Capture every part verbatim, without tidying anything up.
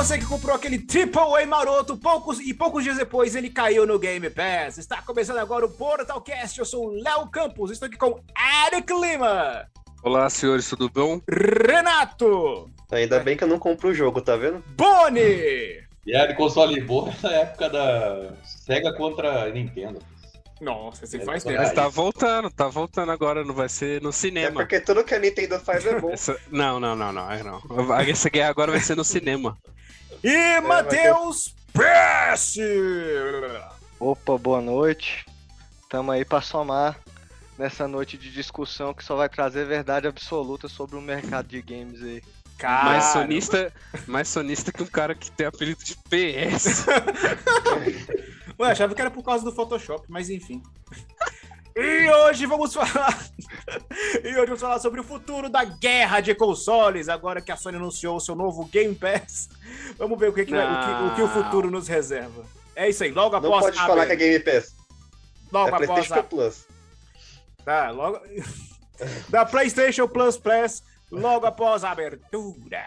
Você que comprou aquele Triple A maroto poucos, e poucos dias depois ele caiu no Game Pass. Está começando agora o Portalcast. Eu sou o Léo Campos, estou aqui com Eric Lima. Olá, senhores, tudo bom? Renato. Ainda bem que eu não compro o jogo, tá vendo? Boni. E era de console boa na época da Sega contra Nintendo. Nossa, você É, faz mas tempo. Mas tá voltando, tá voltando agora, não vai ser no É cinema. porque tudo que a Nintendo faz é bom. Essa- Não, não, não, não, aí não. Essa guerra agora vai ser no cinema. E Matheus P S. Opa, boa noite. Tamo aí pra somar nessa noite de discussão que só vai trazer verdade absoluta sobre o mercado de games aí. Cara, Mais sonista, mais sonista que um cara que tem apelido de P S. Ué, achava que era por causa do Photoshop, mas enfim. E hoje vamos falar. E hoje vamos falar sobre o futuro da guerra de consoles. Agora que a Sony anunciou o seu novo Game Pass, vamos ver o que, que, vai- o, que, o que o futuro nos reserva. É isso aí, logo Não após pode falar que é Game Pass. Logo É após PlayStation a... Plus. Tá, logo. Da PlayStation Plus Plus, logo após a abertura.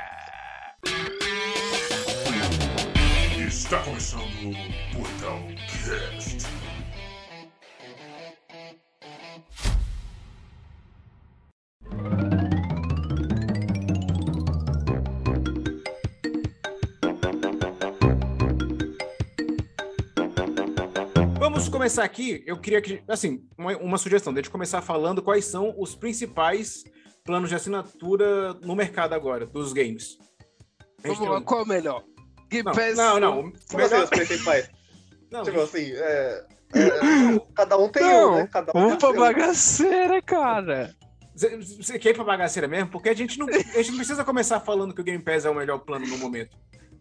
Está começando o Portalcast. Vamos começar aqui. Eu queria que, assim, uma, uma sugestão, deixa eu começar falando quais são os principais planos de assinatura no mercado agora, dos games. A gente Vamos tem lá, um- qual é o melhor? Game Não, Pass? não, não. o Como assim melhor- os principais? Não, Tipo assim, é, é, cada um tem um, Não, né? Cada um vamos tem pra seu. bagaceira, cara. Você você quer ir pra bagaceira mesmo? Porque a gente, não, a gente não precisa começar falando que o Game Pass é o melhor plano no momento.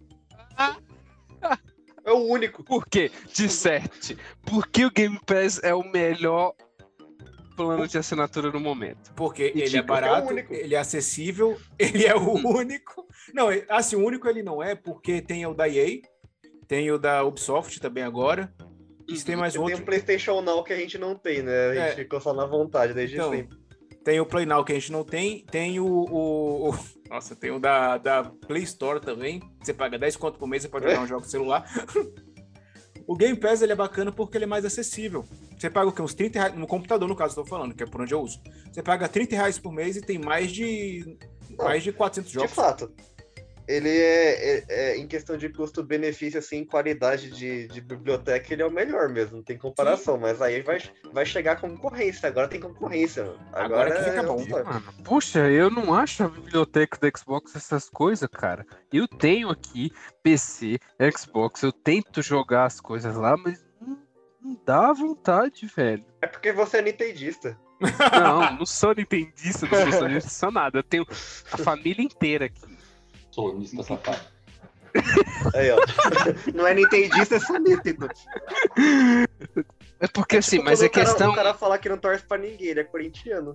É o único. Por quê? Disserte. Por que o Game Pass é o melhor plano de assinatura no momento? Porque ele é diga, barato, é o único. ele é acessível, ele é o único. Não, assim, o único ele não é, porque tem o da E A, tem o da Ubisoft também agora. E se tem mais Tem outro. um PlayStation Now que a gente não tem, né? A gente É. ficou só na vontade desde Então, sempre. tem o Play Now que a gente não tem, tem o. o- o- nossa, tem o da, da Play Store também. Você paga dez conto por mês, você pode jogar um jogo no celular. O Game Pass ele é bacana porque ele é mais acessível. Você paga o quê? Uns trinta reais. No computador, no caso, estou falando, que é por onde eu uso. Você paga trinta reais por mês e tem mais de. Mais de quatrocentos De jogos. fato. Ele é, é- é, em questão de custo-benefício, assim, qualidade de, de biblioteca, ele é o melhor mesmo, não tem comparação. Mas aí vai, vai chegar a concorrência, agora tem concorrência. mano. Agora Agora, que fica é bom. outra- Mano, puxa, eu não acho a biblioteca do Xbox essas coisas, cara. Eu tenho aqui P C, Xbox, eu tento jogar as coisas lá, mas não, não dá vontade, velho. É porque você é nintendista. Não, não sou nintendista, não sou sonista, sou nada. Eu tenho a família inteira aqui. Sonista safado. Aí, ó. Não é nintendista, é só Nintendo. É porque assim, Tipo, mas quando é o cara- questão. O cara falar que não torce pra ninguém, ele é corintiano.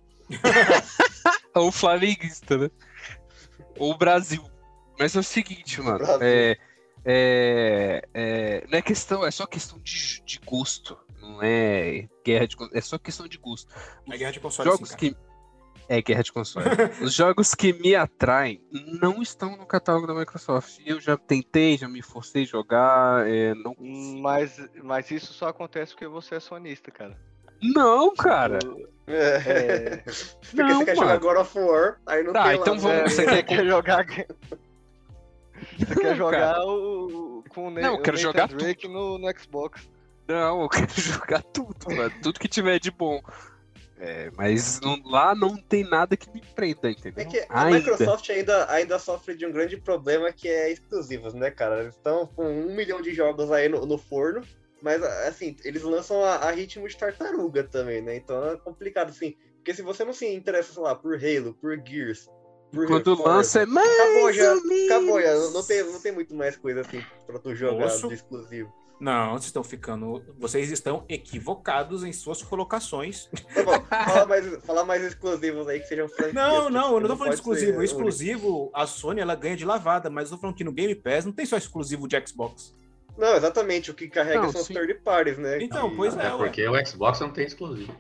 Ou flamenguista, né? Ou Brasil. Mas é o seguinte, mano. Brasil. É, é, é, não é questão, é só questão de, de gosto. Não é guerra de gosto, é só questão de gosto. É guerra de console, Jogos sim, cara. que. É guerra de console. Os jogos que me atraem não estão no catálogo da Microsoft. Eu já tentei, já me forcei a jogar. É, não... Mas, mas isso só acontece porque você é sonista, cara. não, cara. É. É, Porque Não, você quer mano. jogar God of War, aí não Tá, tem lá. então né? vamos- é, você você quer quer jogar. Você quer jogar o, o- com o Não, eu o quero Nathan jogar Drake no, no Xbox. Não, eu quero jogar tudo, mano. Tudo que tiver de bom. É, mas não- lá não tem nada que me prenda, entendeu? É que a Ainda. Microsoft ainda, ainda sofre de um grande problema que é exclusivos, né, cara? Eles estão com um milhão de jogos aí no, no forno, mas assim, eles lançam a, a ritmo de tartaruga também, né? Então é complicado, assim. Porque se você não se interessa, sei lá, por Halo, por Gears, por Quando Forza, lança é mais acabou já, ou menos. acabou já. Não tem, não tem muito mais coisa assim pra tu jogar Moço. de exclusivo. Não, vocês estão ficando. Vocês estão equivocados em suas colocações. Tá bom, fala mais, fala mais exclusivos aí que sejam franquias. Não, não, eu não tô falando de pode exclusivo. ser Exclusivo, a Sony ela ganha de lavada, mas eu tô falando que no Game Pass não tem só exclusivo de Xbox. único. Não, exatamente. O que carrega Não, são os sim. third parties, né? Então, Que- pois é, Até ué. porque o Xbox não tem exclusivo.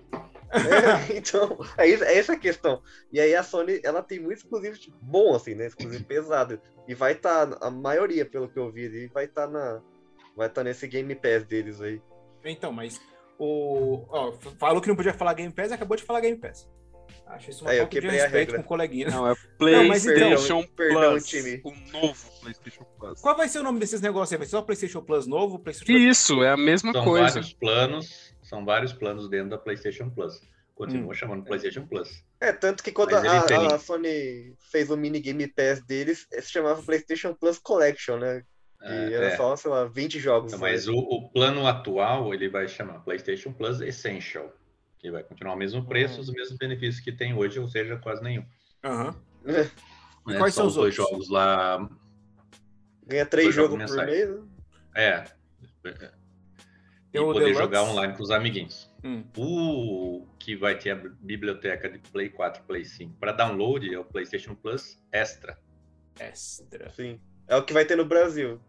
É, então, é, isso, é essa a questão. E aí a Sony, ela tem muito exclusivo tipo, bom, assim, né? Exclusivo pesado. E vai estar, tá, a maioria, pelo que eu vi, e vai estar tá na. Vai estar tá nesse Game Pass deles aí. Então, mas o. Ó, falou que não podia falar Game Pass e acabou de falar Game Pass. Acho isso uma Aí, eu falta de quebrei a respeito regra. com o coleguinha. Não, é Não, mas então- PlayStation Perdão, Plus. time. O novo PlayStation Plus. Qual vai ser o nome desses negócios aí? Vai ser só PlayStation Plus novo? PlayStation Isso, é a mesma São coisa. vários planos, são vários planos dentro da PlayStation Plus. Continua Hum. chamando PlayStation Plus. É, tanto que quando Mas ele a, tem. a Sony fez o mini Game Pass deles, se chamava PlayStation Plus Collection, né? E É, era é. só, sei lá, vinte jogos. Não, mas né? o, o plano atual ele vai chamar PlayStation Plus Essential, que vai continuar o mesmo preço, Hum. os mesmos benefícios que tem hoje, ou seja, quase nenhum. Aham. É, E Né? quais Só são os os dois outros? jogos lá. ganha três Dois jogos jogos por mensais. mês, né? É. E Tem o poder Deluxe. jogar online com os amiguinhos. Hum. O que vai ter a biblioteca de Play quatro, Play cinco para download é o PlayStation Plus Extra. Extra. Sim. É o que vai ter no Brasil.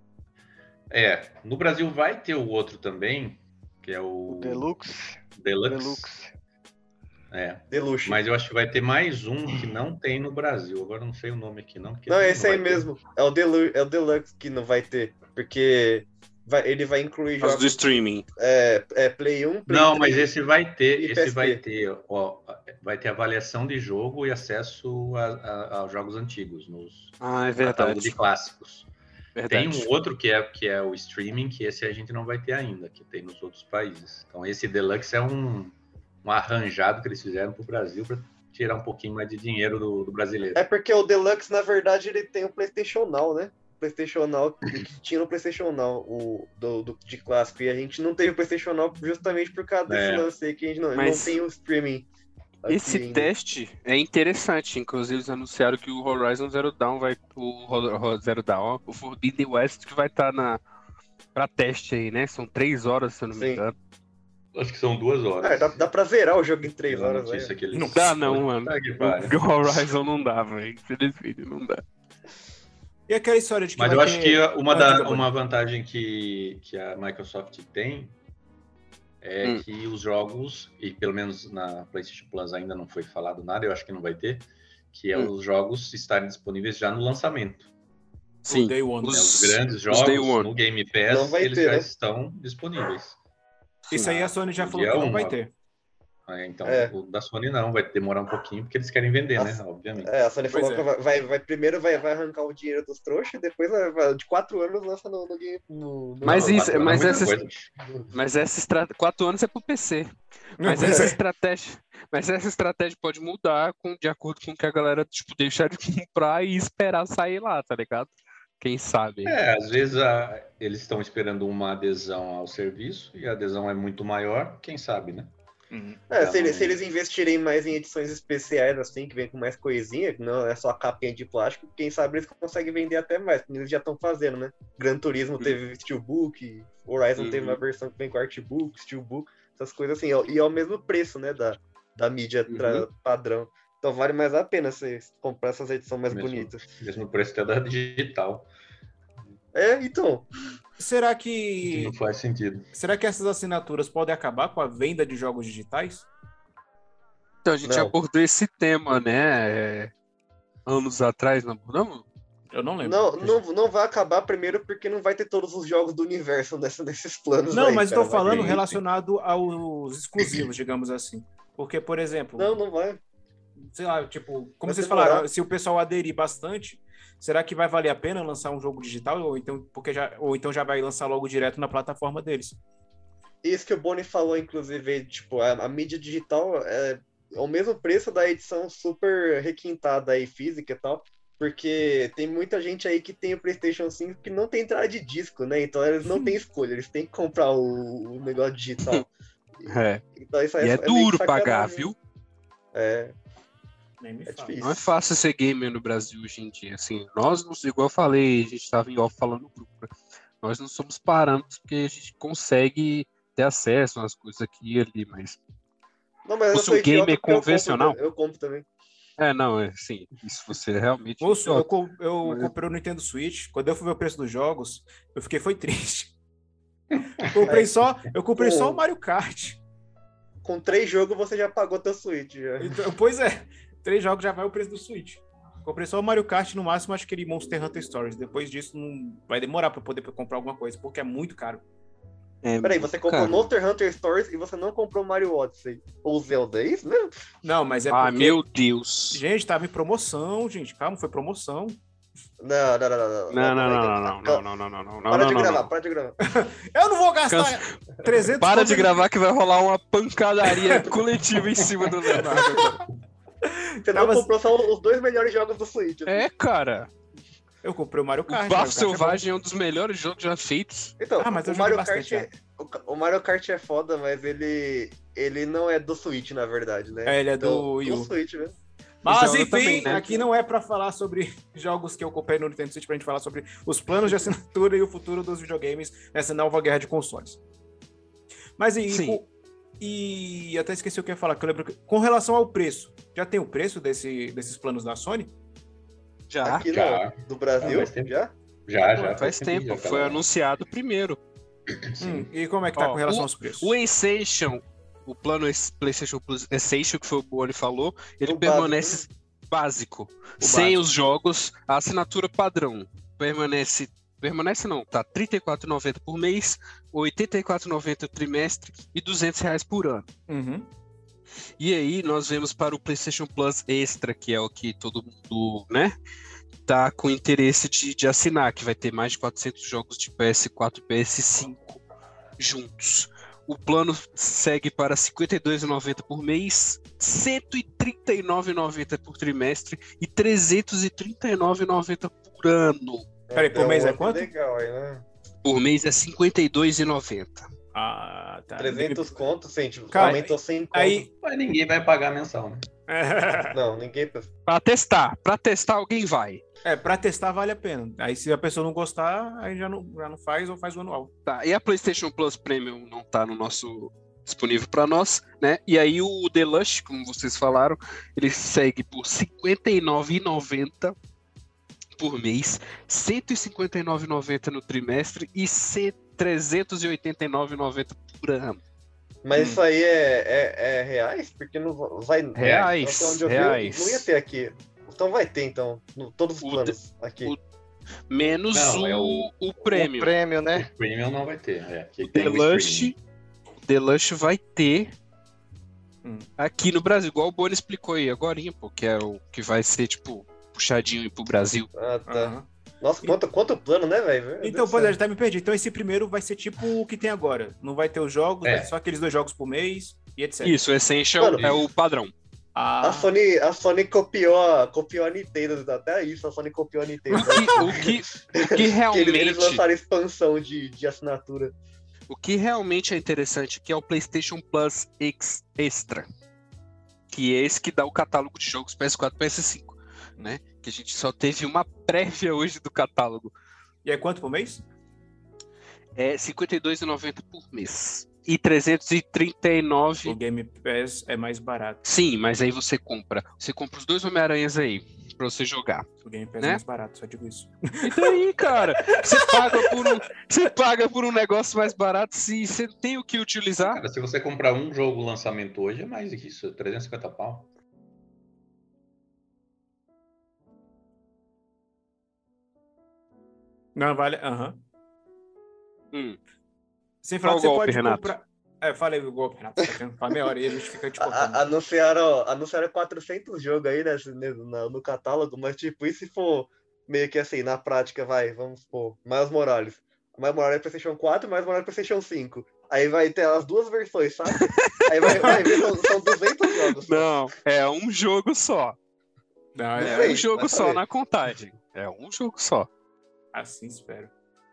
É, no Brasil vai ter o outro também, que é o O Deluxe. Deluxe. Deluxe. É, Deluxe. mas eu acho que vai ter mais um que não tem no Brasil. Agora eu não sei o nome aqui não. porque Não, não esse aí vai ter. mesmo. É o, Delu é o Deluxe que não vai ter. Porque vai, ele vai incluir Por causa do jogos streaming. é, é, Play um, Play Não, três. mas esse vai ter, e esse P S P. vai ter, ó, vai ter avaliação de jogo e acesso a, a- aos jogos antigos nos Ah, é catálogo de verdade. clássicos. Tem verdade. um outro que é, que é o streaming, que esse a gente não vai ter ainda, que tem nos outros países. Então esse Deluxe é um, um arranjado que eles fizeram para o Brasil para tirar um pouquinho mais de dinheiro do, do brasileiro. É porque o Deluxe, na verdade, ele tem o PlayStation Now, né? PlayStation Now, que tinha no PlayStation Now, o do, do- de clássico. E a gente não teve o PlayStation Now justamente por causa desse É. lance aí, que a gente não, Mas não tem o streaming. aqui Esse ainda. teste é interessante. Inclusive, eles anunciaram que o Horizon Zero Dawn vai. O Ho- Ho- Zero Dawn, ó, o Forbidden West, que vai estar na pra teste aí, né? São três horas, se eu não me Sim. engano. Acho que são duas horas. Ah, dá, dá pra zerar o jogo em três Pela horas, notícia né? que eles- Não dá, não, mano. Tá que pariu. O Horizon não dá, velho. Infelizmente, não dá. E aquela história de que Mas vai eu acho ter- que uma, Ah, da- diga, Boni. uma vantagem que, que a Microsoft tem é Hum. que os jogos, e pelo menos na PlayStation Plus ainda não foi falado nada, eu acho que não vai ter, que é Hum. os jogos estarem disponíveis já no lançamento. Sim. o Day One. Né? Os- Os grandes os jogos Day One. no Game Pass, Não vai eles ter, já né? estão disponíveis. Isso aí a Sony já No falou dia que não um, vai ó. ter. Ah, Então, É. o da Sony não, vai demorar um pouquinho, porque eles querem vender, né? Nossa. Obviamente. É, a Sony Pois falou é. que vai, vai, vai- primeiro vai, vai arrancar o dinheiro dos trouxas, depois vai, vai- de quatro anos lança no, no game. No, no- Mas Não, isso- quatro anos mas é muita essas- coisa. Mas essa estratégia. Quatro anos é pro P C. Mas Pois essa é. estratégia. Mas essa estratégia pode mudar com, de acordo com que a galera, tipo, deixar de comprar e esperar sair lá, tá ligado? Quem sabe? É, às vezes a- eles estão esperando uma adesão ao serviço e a adesão é muito maior, quem sabe, né? Uhum. É, Já se, eles, não- se eles investirem mais em edições especiais, assim, que vem com mais coisinha, que não é só a capinha de plástico, quem sabe eles conseguem vender até mais, porque eles já estão fazendo, né? Gran Turismo teve Steelbook, Horizon Uhum. teve uma versão que vem com Artbook, Steelbook, essas coisas assim, e é o mesmo preço, né, da, da mídia tra- padrão. Então vale mais a pena você comprar essas edições mais Mesmo. bonitas. Mesmo preço até da digital. É, então. Será que que Não faz sentido. será que essas assinaturas podem acabar com a venda de jogos digitais? Então a gente Não. abordou esse tema, né? é, Anos atrás, não abordamos? Eu não lembro. Não, não, não vai acabar primeiro porque não vai ter todos os jogos do universo nessa, nesses planos. Não, aí, mas eu cara, tô vai falando ter- relacionado aos exclusivos, digamos assim. Porque, por exemplo, Não, não vai. sei lá, tipo, como Vai vocês demorar. falaram, se o pessoal aderir bastante, será que vai valer a pena lançar um jogo digital ou então porque já ou então já vai lançar logo direto na plataforma deles? Isso que o Boni falou, inclusive, tipo, a, a mídia digital é o mesmo preço da edição super requintada aí, física e tal, porque tem muita gente aí que tem o PlayStation cinco que não tem entrada de disco, né? Então eles não têm escolha, eles têm que comprar o, o negócio digital. É. Então isso aí E é meio que duro sacanagem. pagar, viu? É, Nem me é fala. difícil. Não é fácil ser gamer no Brasil hoje em dia. Assim, nós, não, igual eu falei, a gente estava em off falando no grupo, né? Nós não somos parâmetros porque a gente consegue ter acesso às coisas aqui e ali, mas. Não, mas eu fosse sou um idiota gamer porque eu convencional? compro, eu compro também. É, não, é sim. Isso você realmente. Moço, eu, co- eu Mas- comprei o Nintendo Switch. Quando eu fui ver o preço dos jogos, eu fiquei foi triste. Eu comprei só, eu comprei só o Mario Kart. com três jogos você já pagou teu Switch. Já. Então, pois é, três jogos já vai o preço do Switch. Comprei só o Mario Kart, no máximo acho que ele Monster Hunter Stories. Depois disso não vai demorar pra poder comprar alguma coisa, porque é muito caro. É, Peraí, você comprou cara. Monster Hunter Stories e você não comprou Mario Odyssey. Ou Zelda, é isso mesmo? Não, mas é Ah, porque... meu Deus. Gente, tava em promoção, gente. Calma, foi promoção. Não, não, não, não. Não, não, não, não, não, não, não, não, não, não. Para de não, gravar, não. para de gravar. Eu não vou gastar trezentos Para conto de em- gravar que vai rolar uma pancadaria coletiva em cima do Leonardo. cara. Você não Tava- comprou só os dois melhores jogos do Switch. assim. É, cara. Eu comprei o Mario O Kart. Bafo Mario Kart é bom. Selvagem é um dos melhores jogos já feitos. Então, Ah, mas eu o joguei Mario bastante, Kart é... o- O Mario Kart é foda, mas ele... Ele não é do Switch, na verdade, né? É, ele é do Então, Wii U. do Switch, né? Mas Zelda enfim, também, né? aqui não é pra falar sobre jogos que eu comprei no Nintendo Switch, pra gente falar sobre os planos de assinatura e o futuro dos videogames nessa nova guerra de consoles. Mas e, Sim. o- e até esqueci o que eu ia falar, que eu lembro que, com relação ao preço, já tem o preço desse, desses planos da Sony? Já. Aqui já. no, do Brasil, Ah, faz tempo. já? Já, já. Faz tempo. já Foi tava- anunciado primeiro. Hum, e como é que tá Ó, com relação aos preços? O Essential, o plano es- PlayStation Plus Essential, que foi o Boni falou, ele O permanece básico. sem básico. os jogos, a assinatura padrão permanece. Permanece não, tá? trinta e quatro reais e noventa centavos por mês, oitenta e quatro reais e noventa centavos trimestre e duzentos reais por ano. Uhum. E aí nós vemos para o PlayStation Plus Extra, que é o que todo mundo, né, tá com interesse de, de assinar, que vai ter mais de quatrocentos jogos de P S quatro e P S cinco juntos. O plano segue para cinquenta e dois reais e noventa centavos por mês, cento e trinta e nove reais e noventa centavos por trimestre e trezentos e trinta e nove reais e noventa centavos por ano. Peraí, por um mês é outro quanto? Legal, aí, né? Por mês é cinquenta e dois reais e noventa centavos. Ah, tá. trezentos contos, gente. Cara, Aumentou cem contos. Aí. Mas ninguém vai pagar mensal, né? Não, ninguém... Para testar, para testar alguém vai. É, pra testar vale a pena. Aí se a pessoa não gostar, aí já não, já não faz ou faz o anual. Tá, e a PlayStation Plus Premium não tá no nosso disponível para nós, né? E aí o Deluxe, como vocês falaram, ele segue por cinquenta e nove reais e noventa centavos por mês, cento e cinquenta e nove reais e noventa centavos no trimestre e trezentos e oitenta e nove reais e noventa centavos por ano. Mas Hum. isso aí é, é, é reais? Porque não vai... Reais, até onde eu vi, reais. não ia ter aqui. Então vai ter, então. No, todos os O planos aqui. o- Menos Não, o, é o, o- Premium. O prêmio, né? O Premium não vai ter. É, que O tem o Deluxe, streaming. o Deluxe vai ter Hum. aqui no Brasil, igual o Boni explicou aí agora, pô, que é o que vai ser, tipo, puxadinho pro Brasil. Ah, tá. Aham. Nossa, quanto, quanto plano, né, velho? Meu Então, Deus do pois é, céu. já tá me perdi. Então esse primeiro vai ser tipo o que tem agora. Não vai ter os jogos, É. vai ter só aqueles dois jogos por mês e etcétera. Isso, o Essential Mano, é o padrão. Ah, A Sony, a Sony copiou, a- copiou a Nintendo, até isso, a Sony copiou a Nintendo. O que, o que, o que Que eles, realmente, eles lançaram expansão de, de assinatura. o que realmente é interessante aqui é o PlayStation Plus X Extra, que é esse que dá o catálogo de jogos P S quatro e P S cinco, né? Que a gente só teve uma prévia hoje do catálogo. e é quanto por mês? É cinquenta e dois reais e noventa centavos por mês. E trezentos e trinta e nove. O Game Pass é mais barato. Sim, mas aí você compra. Você compra os dois Homem-Aranhas aí pra você jogar. O Game Pass Né? é mais barato, só digo isso. E daí, cara? Você paga por um, você paga por um negócio mais barato se você tem o que utilizar. Cara, se você comprar um jogo lançamento hoje, é mais do que isso. trezentos e cinquenta pau. Não, vale. Aham. Hum. Sem falar Qual que você golpe, pode Renato? comprar. É, falei o golpe, Renato. Tá querendo falar meia hora e a gente fica te A- cortando. a- anunciaram, anunciaram quatrocentos jogos aí nesse, nesse- na- no catálogo, mas tipo, e se for meio que assim, na prática, vai, vamos supor, Miles Morales. Miles Morales é PlayStation quatro, Miles Morales é PlayStation cinco. Aí vai ter as duas versões, sabe? Aí vai, vai ver, são, são duzentos jogos. Não, é um jogo só. Não, É é, sei. um jogo vai só saber. na contagem. É um jogo só. assim espero.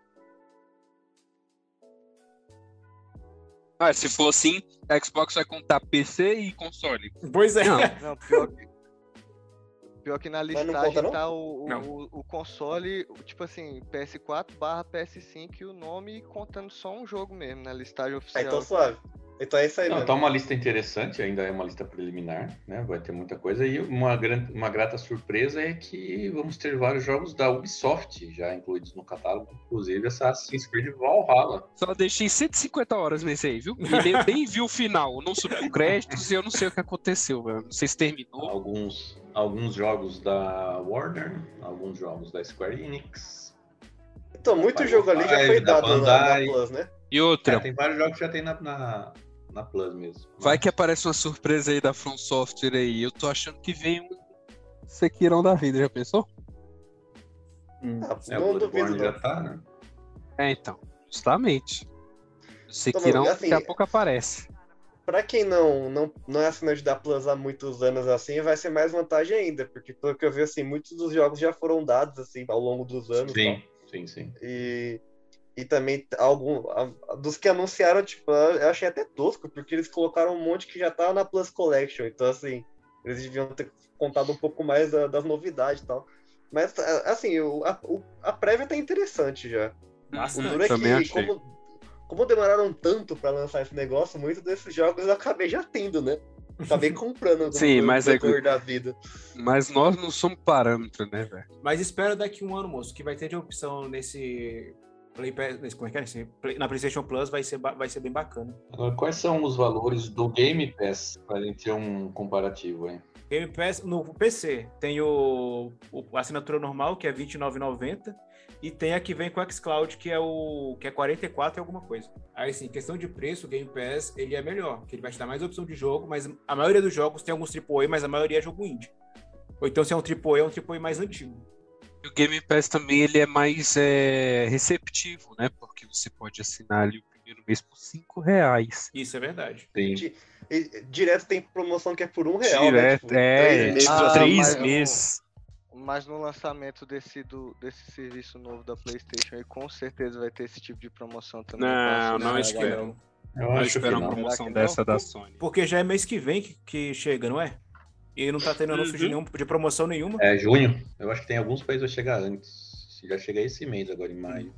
Ah, se for assim, a Xbox vai contar P C e console. Pois é. Não. Não, pior que, pior que na não listagem conta, não? tá o, o, Não. o, o console, o- tipo assim, P S quatro barra P S cinco e o nome contando só um jogo mesmo, na listagem Ah, oficial. então suave. Então é isso aí, Não, mesmo. tá uma lista interessante, ainda é uma lista preliminar, né? Vai ter muita coisa. E uma, grande, uma grata surpresa é que vamos ter vários jogos da Ubisoft já incluídos no catálogo, inclusive Assassin's Creed Valhalla. Só deixei cento e cinquenta horas nesse aí, viu? E nem, nem vi o final. Não subiu créditos e eu não sei o que aconteceu, velho. Não sei se terminou. Alguns, alguns jogos da Warner, alguns jogos da Square Enix. Então, muito Vai jogo ali já Five, foi da dado na, na Bandai. Plus, né? E outra, É, tem vários jogos que já tem na, na, na Plus mesmo. vai que aparece uma surpresa aí da From Software aí. Eu tô achando que vem um Sekirão da vida, já pensou? Ah, É, o não duvido, Bloodborne já não. tá, né? É, então. Justamente. O Sekirão assim, daqui a pouco aparece. Pra quem não, não, não é assinante da Plus há muitos anos assim, vai ser mais vantagem ainda, porque pelo que eu vi, assim, muitos dos jogos já foram dados assim ao longo dos anos. Sim, Tal. sim, sim. E, e também algum a- dos que anunciaram, tipo, eu achei até tosco, porque eles colocaram um monte que já tava na Plus Collection, então assim, eles deviam ter contado um pouco mais da- das novidades e tal. Mas assim, o, a, o- a prévia tá interessante já. O Bastante. duro é também que, achei. como, como demoraram tanto pra lançar esse negócio, muitos desses jogos eu acabei já tendo, né? Acabei comprando no, Sim, no mas é decorrer que- da vida. Mas nós não somos parâmetro, né, velho? Mas espera daqui um ano, moço, que vai ter de opção nesse Play Pass, nesse, como é que é? Nesse Play- na PlayStation Plus vai ser, ba- vai ser bem bacana. Agora, quais são os valores do Game Pass para a gente ter um comparativo, hein? Game Pass no P C tem o, o- a assinatura normal, que é vinte e nove reais e noventa centavos, e tem a que vem com o xCloud, que é o que é quarenta e quatro e alguma coisa. Aí sim, questão de preço, o Game Pass ele é melhor, que ele vai te dar mais opção de jogo, mas a maioria dos jogos tem alguns triplo A, mas a maioria é jogo indie. Ou então se é um triplo A, é um triplo A mais antigo. E o Game Pass também ele é mais é, receptivo, né? Porque você pode assinar ali o primeiro mês por cinco reais. Isso é verdade. Sim. Di- e- Direto tem promoção que é por um real, né? Direto, Tipo, é, três meses, tipo, Ah, três mas- meses. Mas no lançamento desse, do, desse serviço novo da PlayStation aí, com certeza vai ter esse tipo de promoção também. Não, pra assinar, não né, espero. galera? Eu Não acho que espero uma não. promoção Será que não? dessa da Sony. Porque já é mês que vem que, que chega, não é? E não tá tendo anúncio de, Uhum. nenhum, de promoção nenhuma. É junho. Eu acho que tem alguns países que vai chegar antes. Já chega esse mês agora, em maio.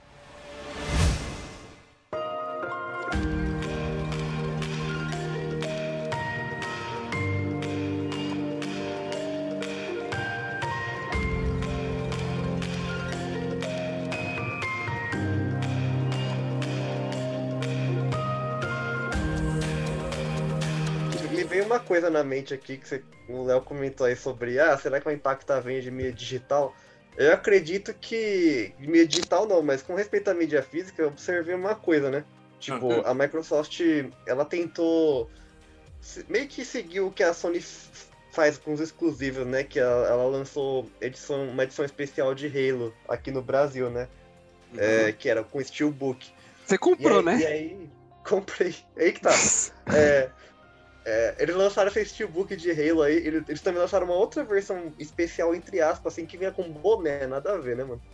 Me veio uma coisa na mente aqui que você- o Léo comentou aí sobre, ah, será que vai impactar a venda de mídia digital? Eu acredito que de mídia digital não, mas com respeito à mídia física, eu observei uma coisa, né? Tipo, Uhum. a Microsoft, ela tentou se- meio que seguir o que a Sony f- faz com os exclusivos, né? Que ela, ela lançou edição, uma edição especial de Halo aqui no Brasil, né? É, que era com Steelbook. Você E comprou, aí, né? e aí, comprei. Aí que tá. É, é, eles lançaram esse Steelbook de Halo aí, eles, eles também lançaram uma outra versão especial, entre aspas, assim, que vinha com boné, nada a ver, né, mano?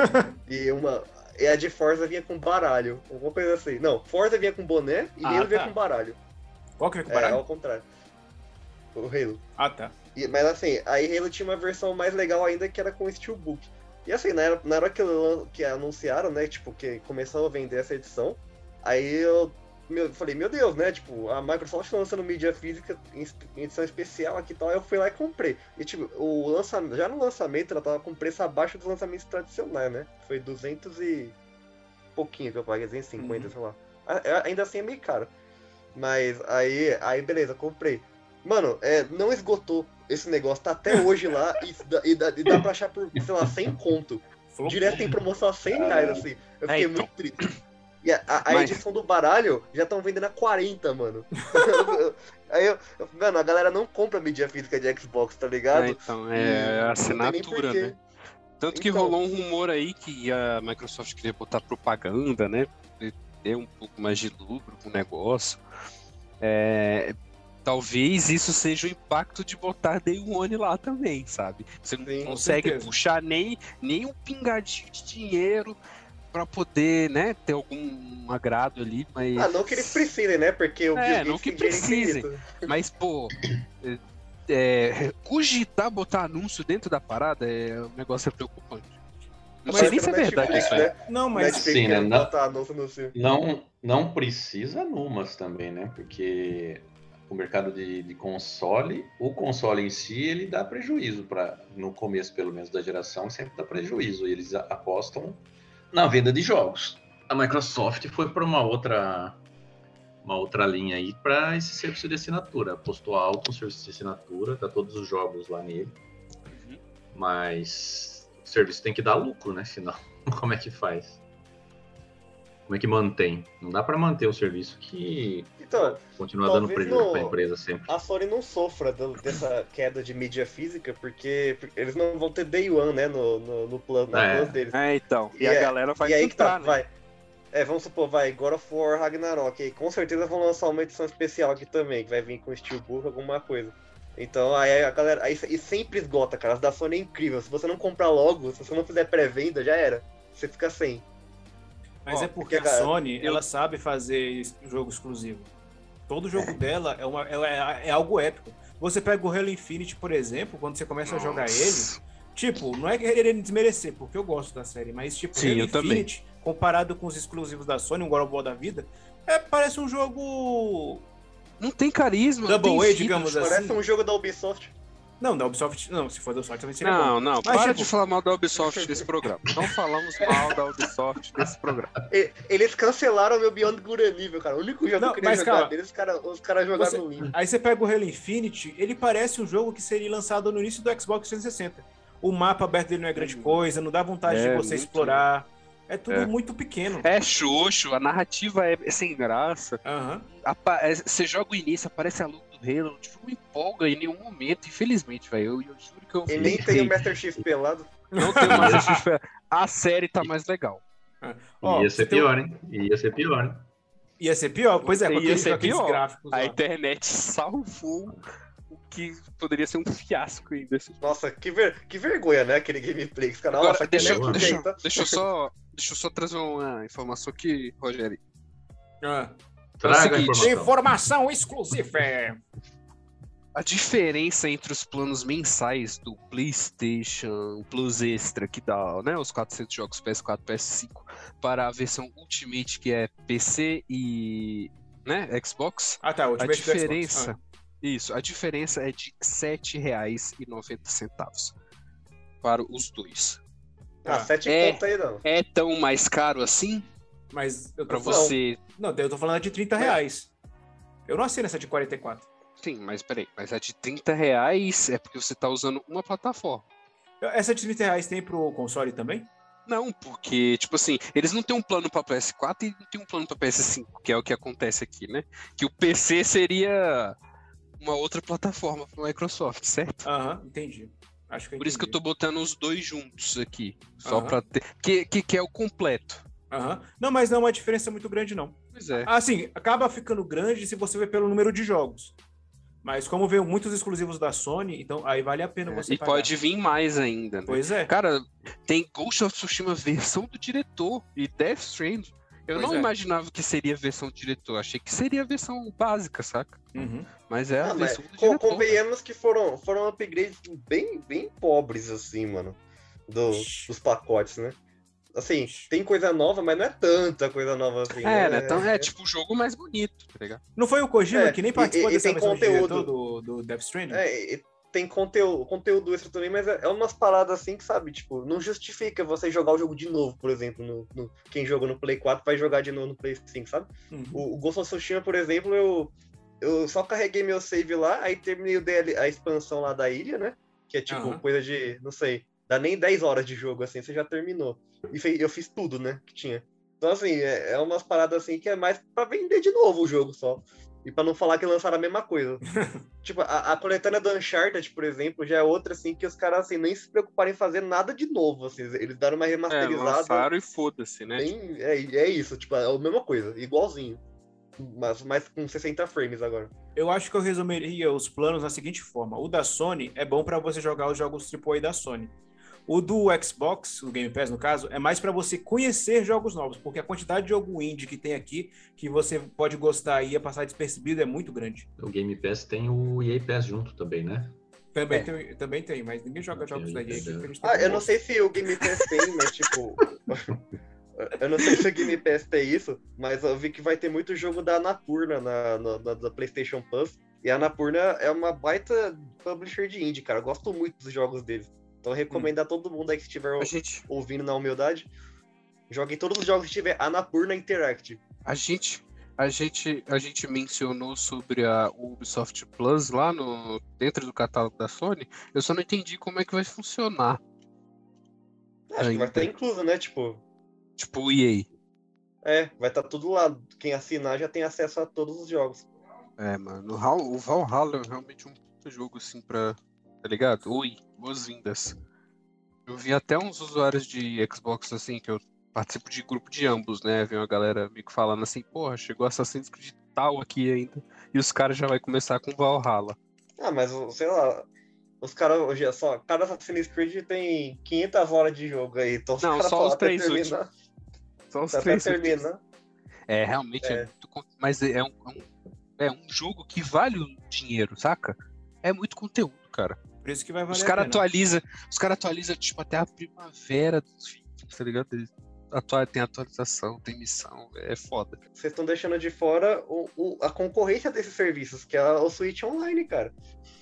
e, uma, e a de Forza vinha com baralho, alguma coisa assim. Não, Forza vinha com boné e Ah, Halo vinha tá. com baralho. Qual que vem com o É, baralho? ao contrário. O Halo. Ah, tá. E- mas assim, aí Halo tinha uma versão mais legal ainda que era com Steelbook. E assim, na hora, na hora que, lan- que anunciaram, né, tipo, que começou a vender essa edição, aí eu meu, falei, meu Deus, né, tipo, a Microsoft lançando mídia física em, es- em edição especial aqui e tal, aí eu fui lá e comprei. E tipo, o lançamento, já no lançamento ela tava com preço abaixo dos lançamentos tradicionais, né, foi duzentos e pouquinho que eu paguei, duzentos e cinquenta, Uhum. sei lá. A- é- Ainda assim é meio caro. Mas aí, aí beleza, comprei. Mano, é, não esgotou esse negócio, tá até hoje lá e dá, e dá, e dá pra achar por, sei lá, cem conto. Flopou. Direto tem promoção a cem reais, assim. Eu fiquei É, então. muito triste. E a, a- a Mas- edição do baralho já estão vendendo a quarenta, mano. Aí eu, eu- mano, a galera não compra mídia física de Xbox, tá ligado? É, então, E é não tem nem assinatura, porquê. né? Tanto que Então. rolou um rumor aí que a Microsoft queria botar propaganda, né? E ter um pouco mais de lucro com o negócio. É, talvez isso seja o impacto de botar Day One lá também, sabe? Você não Sim, com consegue certeza. puxar nem, nem um pingadinho de dinheiro pra poder, né, ter algum agrado ali, mas... Ah, não que eles precisem, né? Porque o É, Bill Gates não que tem dinheiro precisem. infinito. Mas, pô, é, é, cogitar botar anúncio dentro da parada, é, o negócio é preocupante. Não Mas sei nem pelo se é verdade Netflix, isso aí. né? Não, mas Netflix Sim, né? quer Não- botar anúncio no filme. Não, não precisa numas também, né? Porque o mercado de, de console, o console em si, ele dá prejuízo para no começo, pelo menos, da geração, sempre dá prejuízo. E eles a- apostam na venda de jogos. A Microsoft foi para uma outra uma outra linha aí para esse serviço de assinatura. Apostou alto no serviço de assinatura, dá todos os jogos lá nele. Mas o serviço tem que dar lucro, né? Senão, como é que faz? Como é que mantém? Não dá para manter o serviço que Então, continua dando talvez prejuízo não- para a empresa sempre. a Sony não sofra do- dessa queda de mídia física, porque, porque eles não vão ter Day One, né, no, no, no plano, na É. plano deles. É, então. E, E a é- galera vai e aí que tá, comprar, né? vai. É, vamos supor, vai, God of War Ragnarok, aí com certeza vão lançar uma edição especial aqui também, que vai vir com Steelbook, alguma coisa. Então aí a galera, aí e sempre esgota, cara, as da Sony é incrível, se você não comprar logo, se você não fizer pré-venda, já era, você fica sem. Mas Ó, é porque a porque, cara, Sony, eu- ela sabe fazer es- jogo exclusivo. Todo jogo dela é, uma, ela é, é algo épico. Você pega o Halo Infinite, por exemplo, quando você começa a jogar ele, Nossa. tipo, não é querendo desmerecer, porque eu gosto da série, mas tipo, Sim, Halo eu também. Infinite, comparado com os exclusivos da Sony, um God of War da vida, é, parece um jogo Não tem carisma. Double não A, tem vida. digamos Parece assim. um jogo da Ubisoft. Não, da Ubisoft, não, se for da Ubisoft também seria Não, bom. não, Mas, para tipo- de falar mal da Ubisoft nesse programa. Não falamos mal da Ubisoft nesse programa. E- Eles cancelaram o meu Beyond Good and Evil, cara. O único jogo Não, que eu queria mas jogar calma. deles, os caras os cara jogaram Você- no limbo. Aí você pega o Halo Infinite, ele parece um jogo que seria lançado no início do Xbox trezentos e sessenta. O mapa aberto dele não é grande coisa, não dá vontade É, de você muito. explorar. É tudo É. muito pequeno. É xoxo, a narrativa é é sem graça. Aham. Apa- é, Você joga o início, aparece a logo do Halo, tipo, não empolga em nenhum momento, infelizmente, velho. Eu, eu juro que eu E nem tem o Master Chief pelado. Não tem mais a A série tá mais legal. Ó, Ia você ser tem um- pior, hein? Ia ser pior, hein? Ia ser pior? Pois é, com Ia aqueles, ser com aqueles pior. gráficos. A lá. internet salvou o que poderia ser um fiasco ainda. Nossa, que, ver- que vergonha, né? Aquele gameplay. Os caras, Agora, nossa, deixa, aquele eu- é deixa, ok, tá? deixa eu só, deixa eu só trazer uma informação aqui, Rogério. Ah. Traga a seguinte, informação. Informação exclusiva. A diferença entre os planos mensais do PlayStation Plus Extra, que dá, né, os quatrocentos jogos P S quatro, P S cinco, para a versão Ultimate, que é P C e, né, Xbox, Ah, tá. a Ultimate do Xbox. diferença, isso, a diferença é de sete reais e noventa centavos para os dois. Ah, sete É. conto aí não. É tão mais caro assim Ah, mas eu tô para falando... você? Não, eu tô falando de trinta reais. Eu não assino essa de quarenta e quatro. Sim, mas peraí, mas a de trinta reais é porque você tá usando uma plataforma. Essa de trinta reais tem pro console também? Não, porque, tipo assim, eles não têm um plano pra P S quatro e não tem um plano pra P S cinco, que é o que acontece aqui, né? Que o P C seria uma outra plataforma pra Microsoft, certo? Aham, entendi. Acho que eu Por isso que eu tô entendi. botando os dois juntos aqui, só Aham. pra ter... Que, que, que é o completo. Aham. Não, mas não é uma diferença muito grande, não. Pois é. Assim, acaba ficando grande se você ver pelo número de jogos. Mas como veio muitos exclusivos da Sony, então aí vale a pena você E pagar. pode vir mais ainda, né? Pois é. Cara, tem Ghost of Tsushima versão do diretor e Death Stranding. Eu Pois não é. imaginava que seria a versão do diretor, achei que seria a versão básica, saca? Uhum. Mas é a Ah, mas versão do con- diretor. convenhamos que foram, foram upgrades bem, bem pobres, assim, mano. do- dos pacotes, né? Assim, tem coisa nova, mas não é tanta coisa nova assim. É, né? né? Então é tipo o jogo mais bonito, tá ligado? Não foi o Kojima É, que nem e- participou e- e dessa tem versão de conteúdo. diretor do, do Death Stranding? É, e tem conteúdo, conteúdo extra também, mas é, é umas paradas assim que, sabe, tipo, não justifica você jogar o jogo de novo, por exemplo, no, no- quem jogou no Play quatro vai jogar de novo no Play cinco, sabe? Uhum. O, o Ghost of Tsushima, por exemplo, eu, eu só carreguei meu save lá, aí terminei o D L a expansão lá da ilha, né? Que é tipo Aham. coisa de, não sei, dá nem dez horas de jogo, assim, você já terminou. E fe- eu fiz tudo, né, que tinha. Então, assim, é, é umas paradas assim que é mais pra vender de novo o jogo só. E pra não falar que lançaram a mesma coisa. Tipo, a, a coletânea do Uncharted, por exemplo, já é outra, assim, que os caras, assim, nem se preocuparam em fazer nada de novo, assim. Eles deram uma É, remasterizada. lançaram e foda-se, né? bem, é, é isso, tipo, é a mesma coisa, igualzinho. Mas, mas com sessenta frames agora. Eu acho que eu resumiria os planos da seguinte forma. O da Sony é bom pra você jogar os jogos triplo A da Sony. O do Xbox, o Game Pass no caso, é mais pra você conhecer jogos novos, porque a quantidade de jogo indie que tem aqui, que você pode gostar e ia passar despercebido, é muito grande. O Game Pass tem o E A Pass junto também, né? Também, É. tem, também tem, mas ninguém joga jogos da E A aqui, porque a gente tem Ah, eu não gosto. sei se o Game Pass tem, mas tipo. Eu não sei se o Game Pass tem isso, mas eu vi que vai ter muito jogo da Anapurna na, na, na- da PlayStation Plus. E a Anapurna é uma baita publisher de indie, cara. Eu gosto muito dos jogos deles. Então eu recomendo a todo mundo aí que estiver A gente, ouvindo na humildade. Joguem todos os jogos que tiver Anapurna Interactive. a gente, a gente, a gente mencionou sobre a Ubisoft Plus lá no dentro do catálogo da Sony. Eu só não entendi como é que vai funcionar. Acho que vai Ainda. estar incluso, né? Tipo, Tipo o E é, vai estar tudo lá. Quem assinar já tem acesso a todos os jogos. A. É, mano. O Val- o Valhalla é realmente um puta jogo assim pra. Tá ligado? Oi, boas-vindas. Eu vi até uns usuários de Xbox assim, que eu participo de grupo de ambos, né? Vi uma galera meio que falando assim, porra, chegou Assassin's Creed tal aqui ainda. E os caras já vai começar com Valhalla. Ah, mas sei lá. Os caras hoje é só. Cada Assassin's Creed tem quinhentas horas de jogo aí. Então os Não, caras só falam os até três terminar. Só os Até três últimos. terminar. É, realmente é, É. muito. con- Mas é um, é, um, é um jogo que vale o dinheiro, saca? É muito conteúdo, cara. Por isso que vai valer Os a caras pena. atualizam, os caras atualizam, tipo, até a primavera dos filmes, tá ligado? Eles atua- Tem atualização, tem missão, é foda. Vocês estão deixando de fora o, o- a concorrência desses serviços, que é o Switch Online, cara.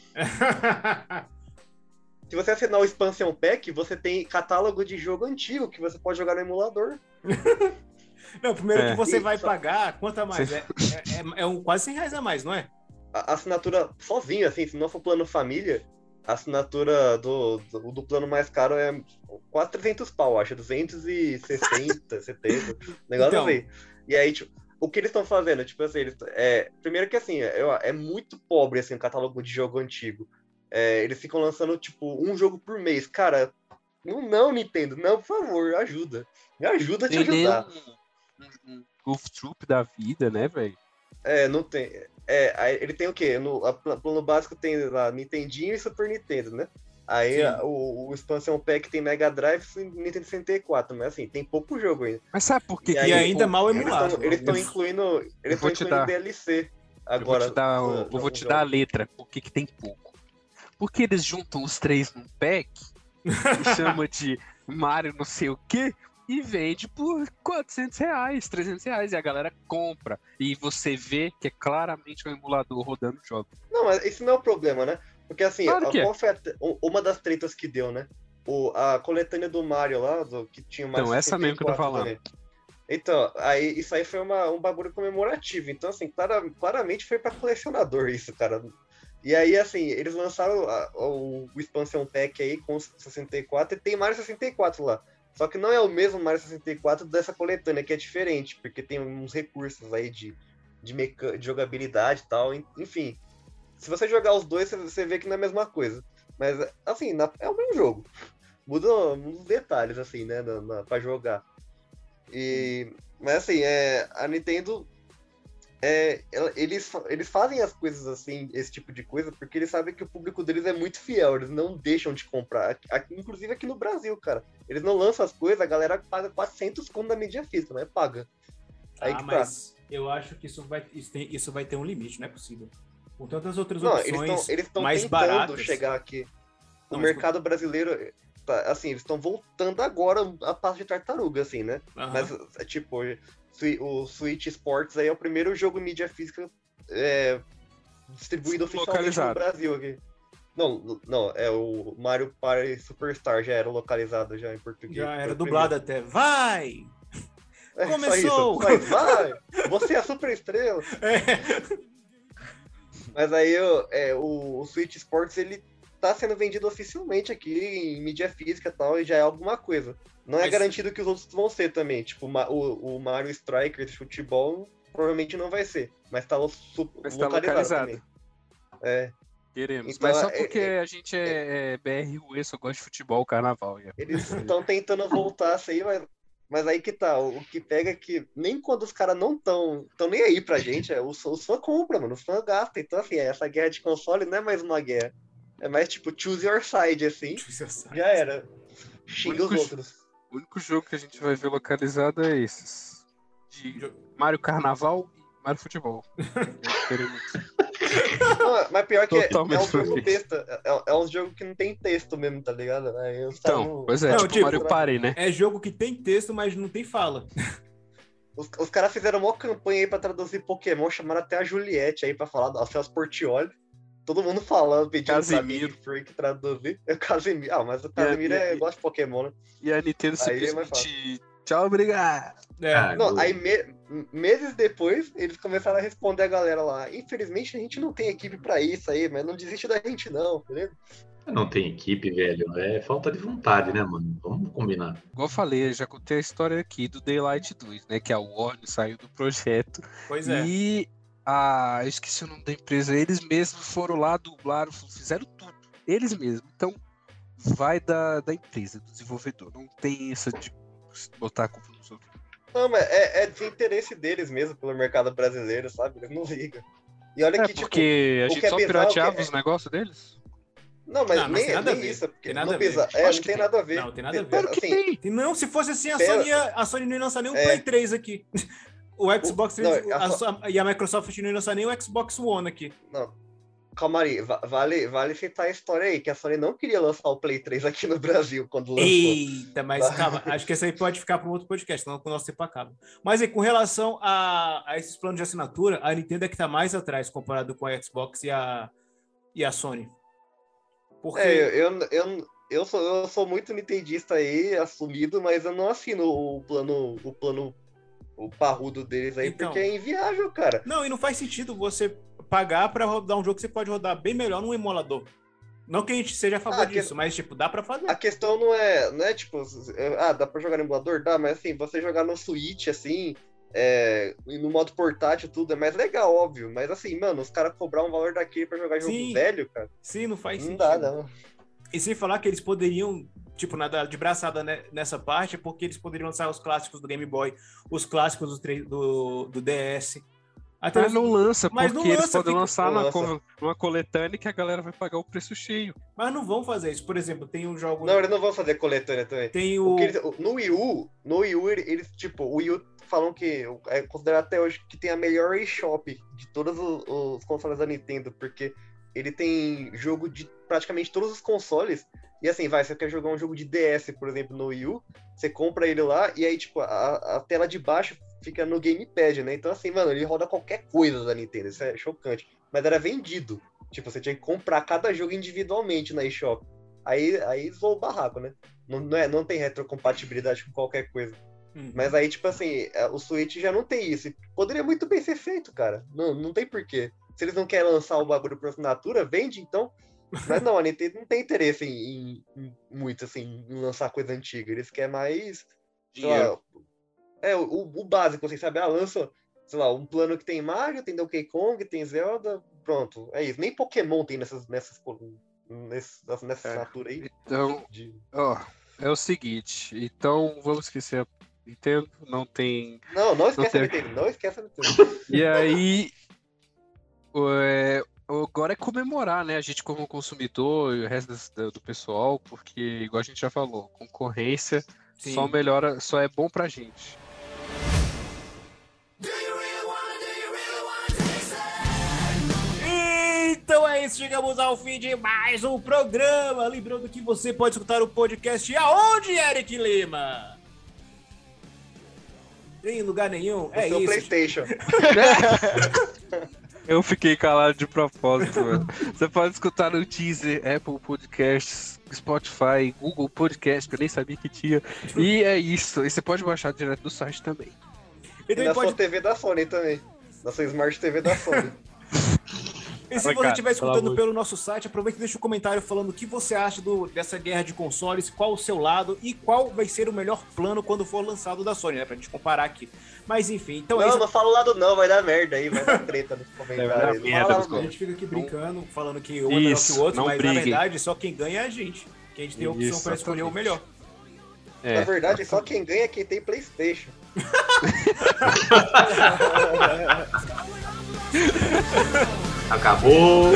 Se você assinar o Expansion Pack, você tem catálogo de jogo antigo que você pode jogar no emulador. Não, primeiro É. que você E vai só- pagar, quanto a mais? Você- É, é, é um, quase cem reais a mais, não é? A a assinatura sozinho, assim, se não for plano família, a assinatura do, do, do plano mais caro é quase trezentos pau, acho, duzentos e sessenta, setenta, negócio Então. assim. E aí, tipo, o que eles estão fazendo? Tipo assim, eles, é, primeiro que assim, é, é muito pobre assim, o catálogo de jogo antigo. É, eles ficam lançando, tipo, um jogo por mês. Cara, não, não, Nintendo, não, por favor, ajuda. Me ajuda a te Tem nem um, ajudar. um, um Golf Troop da vida, né, velho? É, não tem. É, aí ele tem o quê? No a pl- plano básico tem lá Nintendinho e Super Nintendo, né? Aí Sim. a- o, o Expansion Pack tem Mega Drive e Nintendo sessenta e quatro, mas assim, tem pouco jogo ainda. Mas sabe por quê? E que aí, E tem ainda pouco? mal Eles emulado. estão eles tão incluindo, eles vou estão te incluindo dar- D L C agora. eu vou te dar, no- o- eu no- vou no te jogo. dar a letra, por que que tem pouco. Porque eles juntam os três num pack e chama de Mario não sei o quê e vende por quatrocentos reais, trezentos reais, e a galera compra. E você vê que é claramente um emulador rodando o jogo. Não, mas esse não é o problema, né? Porque assim, Claro a- que é. qual foi a tre- u- uma das tretas que deu, né? O, a coletânea do Mario lá, do, que tinha o Mario Então, essa mesmo que eu tô sessenta e quatro falando. também. Então, aí, isso aí foi uma, um bagulho comemorativo. Então, assim, clara- claramente foi pra colecionador isso, cara. E aí, assim, eles lançaram a- o, o Expansion Pack aí com o sessenta e quatro e tem Mario sessenta e quatro lá. Só que não é o mesmo Mario sessenta e quatro dessa coletânea, que é diferente, porque tem uns recursos aí de, de, meca- de jogabilidade e tal, en- enfim. Se você jogar os dois, você- você vê que não é a mesma coisa. Mas, assim, na- é o mesmo jogo. Muda uns detalhes, assim, né, na, na, pra jogar. E, mas, assim, é, a Nintendo, é, ela- eles, fa- eles fazem as coisas assim, esse tipo de coisa, porque eles sabem que o público deles é muito fiel, eles não deixam de comprar. Aqui- aqui- inclusive aqui no Brasil, cara. Eles não lançam as coisas, a galera paga quatrocentos conto na mídia física, né? Paga. Aí Ah, que mas eu acho que isso vai, isso, tem- isso vai ter um limite, não é possível. Com tantas outras Não, eles opções estão eles estão mais tentando baratas. chegar aqui. O Não, mas- mercado brasileiro, tá, assim, eles estão voltando agora a passo de tartaruga, assim, né? Aham. Mas, é, tipo, Swi- o Switch Sports aí é o primeiro jogo mídia física é, distribuído oficialmente Localizado. no Brasil aqui. Não, não, é o Mario Party Superstar já era localizado já em português. Já Foi era o dublado até. Vai! primeiro. É, só Começou! isso, só isso. Vai! Você é a super estrela! É. Mas aí o, é, o, o Switch Sports ele tá sendo vendido oficialmente aqui em mídia física e tal, e já é alguma coisa. Não é Mas- garantido que os outros vão ser também. Tipo, ma- o, o Mario Strikers de futebol provavelmente não vai ser. Mas tá, lo, su- Mas tá localizado, localizado. também. É, Queremos. Então, Mas só é- porque é- a gente é, é B R U E, só gosta de futebol, carnaval. é. eles estão tentando voltar a sair, mas, mas aí que tá. O, o que pega é que nem quando os caras não estão tão nem aí pra gente, é, os, os fãs compram, mano. Os fãs gastam. Então, assim, essa guerra de console não é mais uma guerra. É mais tipo, choose your side, assim. Já era. Xinga os Único- outros. O único jogo que a gente vai ver localizado é esses. De Mario Carnaval e Mario Futebol. Eu quero muito. Não, mas pior que é, é Totalmente um jogo feliz. besta. É, é um jogo que não tem texto mesmo, tá ligado? Aí os caras Então, não- pois é, Não, tipo tipo, Mario Party, né? É jogo que tem texto, mas não tem fala. Os, os caras fizeram uma campanha aí pra traduzir Pokémon, chamaram até a Juliette aí pra falar, a Celso Portioli. Todo mundo falando, pedindo Casimiro. pra Game Freak traduzir. É o Casimiro. Ah, mas o Casimiro E a- é, e a- gosta de Pokémon, né? E a Nintendo Aí é mais simplesmente. Tchau, obrigado. É. Ah, Não, eu- aí me- meses depois, eles começaram a responder a galera lá. Infelizmente, a gente não tem equipe pra isso aí, mas não desiste da gente não, beleza? Não tem equipe, velho. É falta de vontade, né, mano? Vamos combinar. Igual eu falei, eu já contei a história aqui do Daylight dois, né? Que a Warner saiu do projeto. Pois é. E a. Eu esqueci o nome da empresa. Eles mesmos foram lá, dublaram, fizeram tudo. Eles mesmos. Então, vai da, da empresa, do desenvolvedor. Não tem essa de botar a culpa nos outros. Não, mas é, é desinteresse deles mesmo pelo mercado brasileiro, sabe? Eles não ligam. E olha É que, tipo, porque a o gente que é só bizarro pirateava que é- os negócios deles? Não, mas, Não, mas nem, tem nada a nem ver. isso, porque Tem nada não, a ver. bizarro- é, Acho não que tem tem. nada a ver. Não, tem nada a ver. Claro que Assim, tem. E não, se fosse assim, a Pera- Sony, ia, a Sony não ia lançar nem o É. Play três aqui. O Xbox não, a- a a- e a Microsoft não ia lançar nem o Xbox One aqui. Não, calma aí, va- vale, vale citar a história aí, que a Sony não queria lançar o Play três aqui no Brasil quando lançou. Eita, mas calma, acho que esse aí pode ficar para um outro podcast, senão o nosso tempo acaba. Mas aí, com relação a, a esses planos de assinatura, a Nintendo é que tá mais atrás comparado com a Xbox e a, e a Sony. Porque. É, eu, eu, eu, eu, sou, eu sou muito nintendista aí, assumido, mas eu não assino o plano, o plano, o parrudo deles aí, Então. porque é inviável, cara. Não, e não faz sentido você pagar para rodar um jogo que você pode rodar bem melhor num emulador. Não que a gente seja a favor Ah, disso, que- mas, tipo, dá pra fazer. A questão não é, não é tipo, ah, dá pra jogar no emulador? Dá, mas assim, você jogar no Switch, assim, é, e no modo portátil, tudo, é mais legal, óbvio. Mas assim, mano, os caras cobrar um valor daquele pra jogar jogo Sim. velho, cara, Sim, não faz não sentido. dá, não. E sem falar que eles poderiam, tipo, nadar de braçada né, nessa parte, porque eles poderiam lançar os clássicos do Game Boy, os clássicos do, tre- do, do D S. Até Mas não lança, Mas porque não eles lança, podem fica- lançar não numa, lança. co- numa coletânea que a galera vai pagar o preço cheio. Mas não vão fazer isso. Por exemplo, tem um jogo. Não, eles não vão fazer coletânea também. Tem O o. que eles- no Wii U, no Wii U, eles, tipo, o Wii U falam que é considerado até hoje que tem a melhor eShop de todos os, os consoles da Nintendo, porque ele tem jogo de praticamente todos os consoles. E assim, vai, você quer jogar um jogo de D S, por exemplo, no Wii U, você compra ele lá e aí, tipo, a, a tela de baixo fica no gamepad, né? Então, assim, mano, ele roda qualquer coisa da Nintendo, isso é chocante. Mas era vendido. Tipo, você tinha que comprar cada jogo individualmente na eShop. Aí, aí zoou o barraco, né? Não, não, é, não tem retrocompatibilidade com qualquer coisa. Uhum. Mas aí, tipo assim, é, o Switch já não tem isso. E poderia muito bem ser feito, cara. Não, não tem porquê. Se eles não querem lançar o bagulho por assinatura, vende então. Mas não, a Nintendo não tem interesse em, em- em muito, assim, em lançar coisa antiga. Eles querem mais, sei lá, Dinheiro. é, o, o básico, assim, sabe? Ah, lança, sei lá, um plano que tem Mario, tem Donkey Kong, tem Zelda, pronto. É isso. Nem Pokémon tem nessas, nessas, nessas, nessa É. assinatura aí. Então, De- ó, é o seguinte. Então, vamos esquecer a Nintendo, não tem... Não, não esquece a Não tem. Nintendo, não esquece a Nintendo. E aí, o- é, agora é comemorar, né? A gente como consumidor e o resto das- do, do pessoal, porque, igual a gente já falou, concorrência Sim. só melhora, só é bom pra gente. Então é isso, chegamos ao fim de mais um programa. Lembrando que você pode escutar o podcast aonde, Eric Lima? Em lugar nenhum? O É seu isso. PlayStation. Eu fiquei calado de propósito, mano. Você pode escutar no Deezer, Apple Podcasts, Spotify, Google Podcast, que eu nem sabia que tinha. E é isso. E você pode baixar direto do site também. E E também na pode... sua T V da Sony também. Na sua Smart T V da Sony. E se Vai, você cara, estiver pelo escutando amor pelo nosso site, aproveita e deixa um comentário falando o que você acha do, dessa guerra de consoles, qual o seu lado e qual vai ser o melhor plano quando for lançado da Sony, né? Pra gente comparar aqui. Mas enfim, então é Não, isso. não fala o lado não, vai dar merda aí, vai dar treta nos Vai comentários. dar Não merda fala nos lado A não. gente fica aqui brincando, falando que um é melhor Isso, que o outro, não mas briguem. na verdade só quem ganha é a gente. Que a gente tem a opção Isso, para escolher o melhor. É, Na verdade, só quem ganha é quem tem PlayStation. Acabou!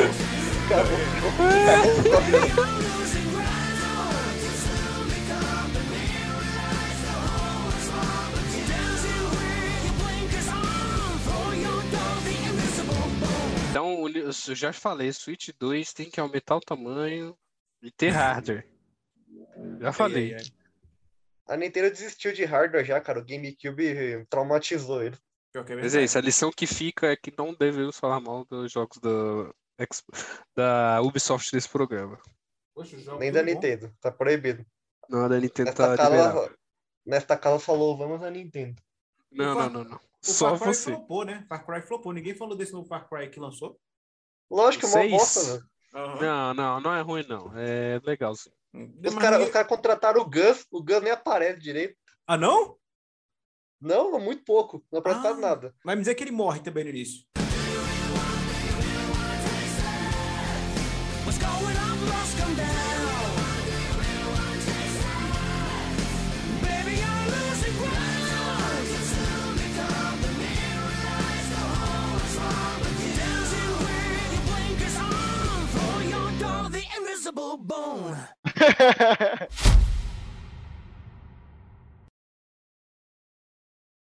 Então, eu já falei, Switch dois tem que aumentar o tamanho e ter hardware. Já falei. Ai, ai, ai. A Nintendo desistiu de hardware já, cara. O GameCube traumatizou ele. Pior que é Mas é verdade. isso, a lição que fica é que não devemos falar mal dos jogos da, X- da Ubisoft nesse programa. Poxa, o jogo Nem tudo da bom. Nintendo. Tá proibido. Não, da Nintendo Nesta tá liberado. casa, nesta casa falou, vamos a Nintendo. Não, O não, Far- não, não. O Só Far Cry você. flopou, né? Far Cry flopou. Ninguém falou desse novo Far Cry que lançou. Lógico, é uma Seis? bosta, velho. Aham. Não, não, não é ruim, não. É legalzinho. Os Mas caras ninguém- cara contrataram o Gus, o Gus nem aparece direito. Ah, não? Não, é muito pouco. Não aparece Ah. quase nada. Vai me dizer que ele morre também no início. What's going on, lost, come down. Baby, you're losing ground. Dancing with your blinkers on. For your door, the invisible bone.